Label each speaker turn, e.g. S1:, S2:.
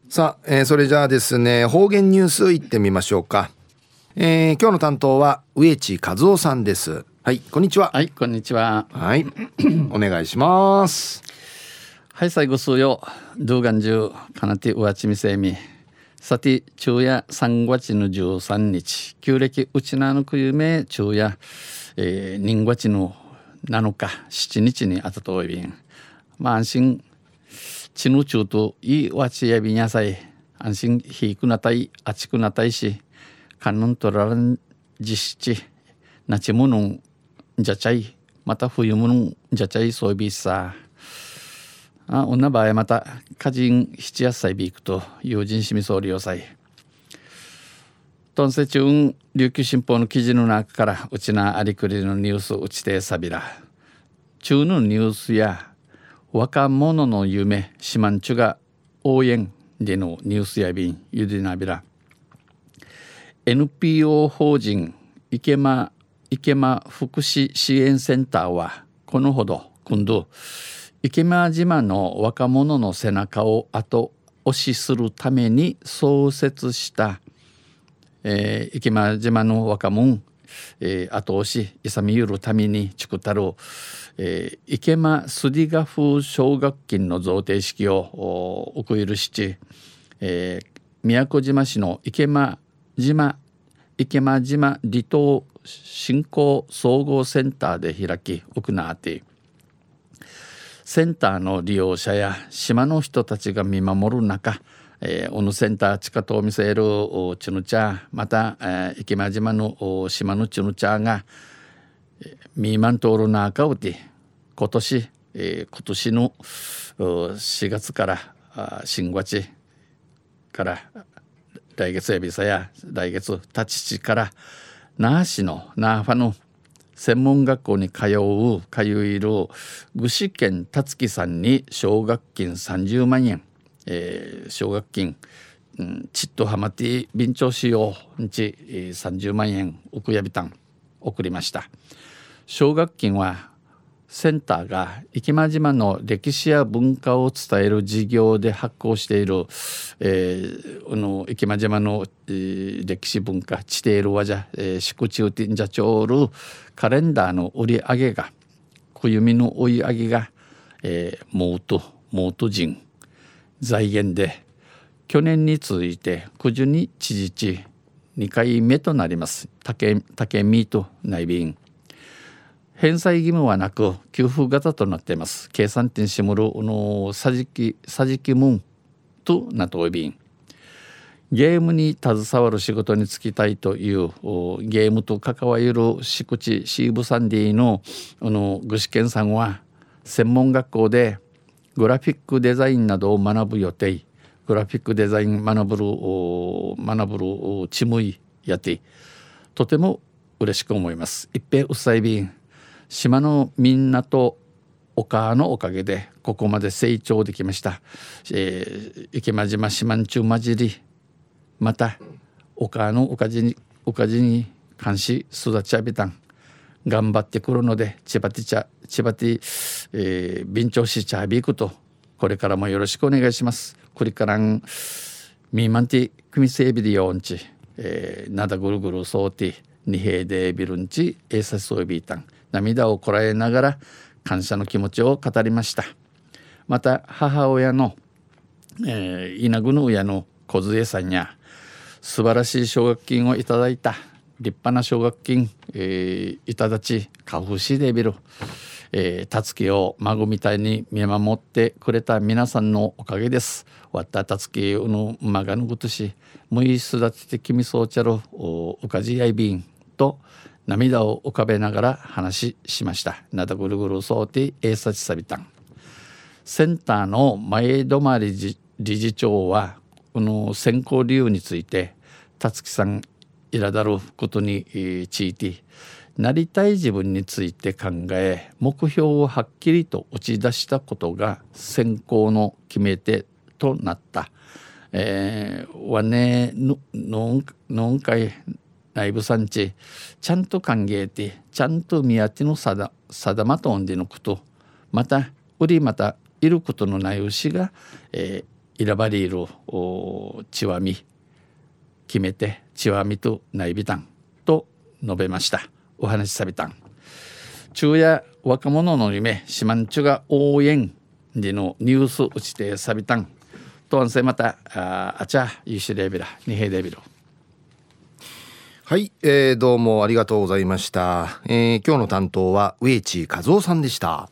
S1: さあ、それじゃあですね、方言ニュースいってみましょうか。今日の担当は植地和夫さんです。はい、こんにちは。
S2: はい、こんにちは。
S1: はい、お願いします。
S2: はい、最後数よ。動画中かなてうわちみせみ。さて昼夜3月の13日、旧暦うちなのくゆめ昼夜、人月の7日7日にあたとおいびん。安心ちぬちゅうといいわちやびにゃさい。安心ひくなたいあちくなたいし、かんぬんとらん実施なちむぬんじゃちゃい、また冬むぬんじゃちゃいそうびさ。女場合また家人7、8歳ビークと友人しみそうりよさい。トンセチュン琉球新報の記事の中からうちなありくりのニュースうちてさびら。中のニュースや若者の夢しまんちゅが応援でのニュースやびんゆでなびら。NPO 法人池間福祉支援センターはこのほど今度池間島の若者の背中を後押しするために創設した、池間島の若者、後押しいさみゆるために作ったる、池間スディガフ奨学金の贈呈式をおくいるしち、宮古島市の池間島離島振興総合センターで開き行ってセンターの利用者や島の人たちが見守る中、オヌセンター地下と見せるチュヌチャーまた、池間島の島のチュヌチャーがミーマントールナーカウティ今年の4月から新月から来月エビサや来月立ち地から那覇市の那覇ファの専門学校に通いる具志堅達樹さんに奨学金30万円、奨学金、ちっとはまって便調しようち30万円送やびたん送りました。奨学金はセンターが池間島の歴史や文化を伝える事業で発行している、池間島の、歴史文化地底るわじゃ、宿地うてんじゃちょうるカレンダーの売り上げが冬見の追い上げが、モート人財源で去年に続いて九十に知事地2回目となります。竹見と内便返済義務はなく給付型となっています。計算点しむるさじきむんとなとおびんゲームに携わる仕事に就きたいというゲームと関わる敷地シーブサンディの具志堅さんは専門学校でグラフィックデザインなどを学ぶ予定。グラフィックデザイン学ぶるちむいやてとても嬉しく思います。一平うっさいびん島のみんなとお母のおかげでここまで成長できました。池間島四万中混じりまたお母のおかじに監視育ちあびたん頑張ってくるのでちばて便調しちゃびくとこれからもよろしくお願いします。これからんミーマンティ組整備でよんち、なだぐるぐるそうて二平でビルンチエーサスオビータン涙をこらえながら感謝の気持ちを語りました。また母親の、稲具の親の小杖さんや素晴らしい奨学金をいただいた立派な奨学金、いただちカフシデビル、たつきを孫みたいに見守ってくれた皆さんのおかげです。わったたつきのまがぬぐとしむいすだちてきみそうちゃるおかじやいびんと涙を浮かべながら話しました。なだぐるぐるそうてえさちさびたんセンターの前泊理事長はこの選考理由についてたつきさんいらだることについてなりたい自分について考え目標をはっきりと打ち出したことが選考の決め手となった。わねのんかい内部産地ちゃんと歓迎てちゃんと宮地の定まとんでのことまた売りまたいることのない牛が、いイラバリールチワミ決めてチワミとナイビタンと述べました。お話しさびたん昼夜若者の夢シマンチュが応援でのニュース打ちてさびたんとんせまたあちゃゆしレビラにへレビル。
S1: はい、どうもありがとうございました。今日の担当は植地和夫さんでした。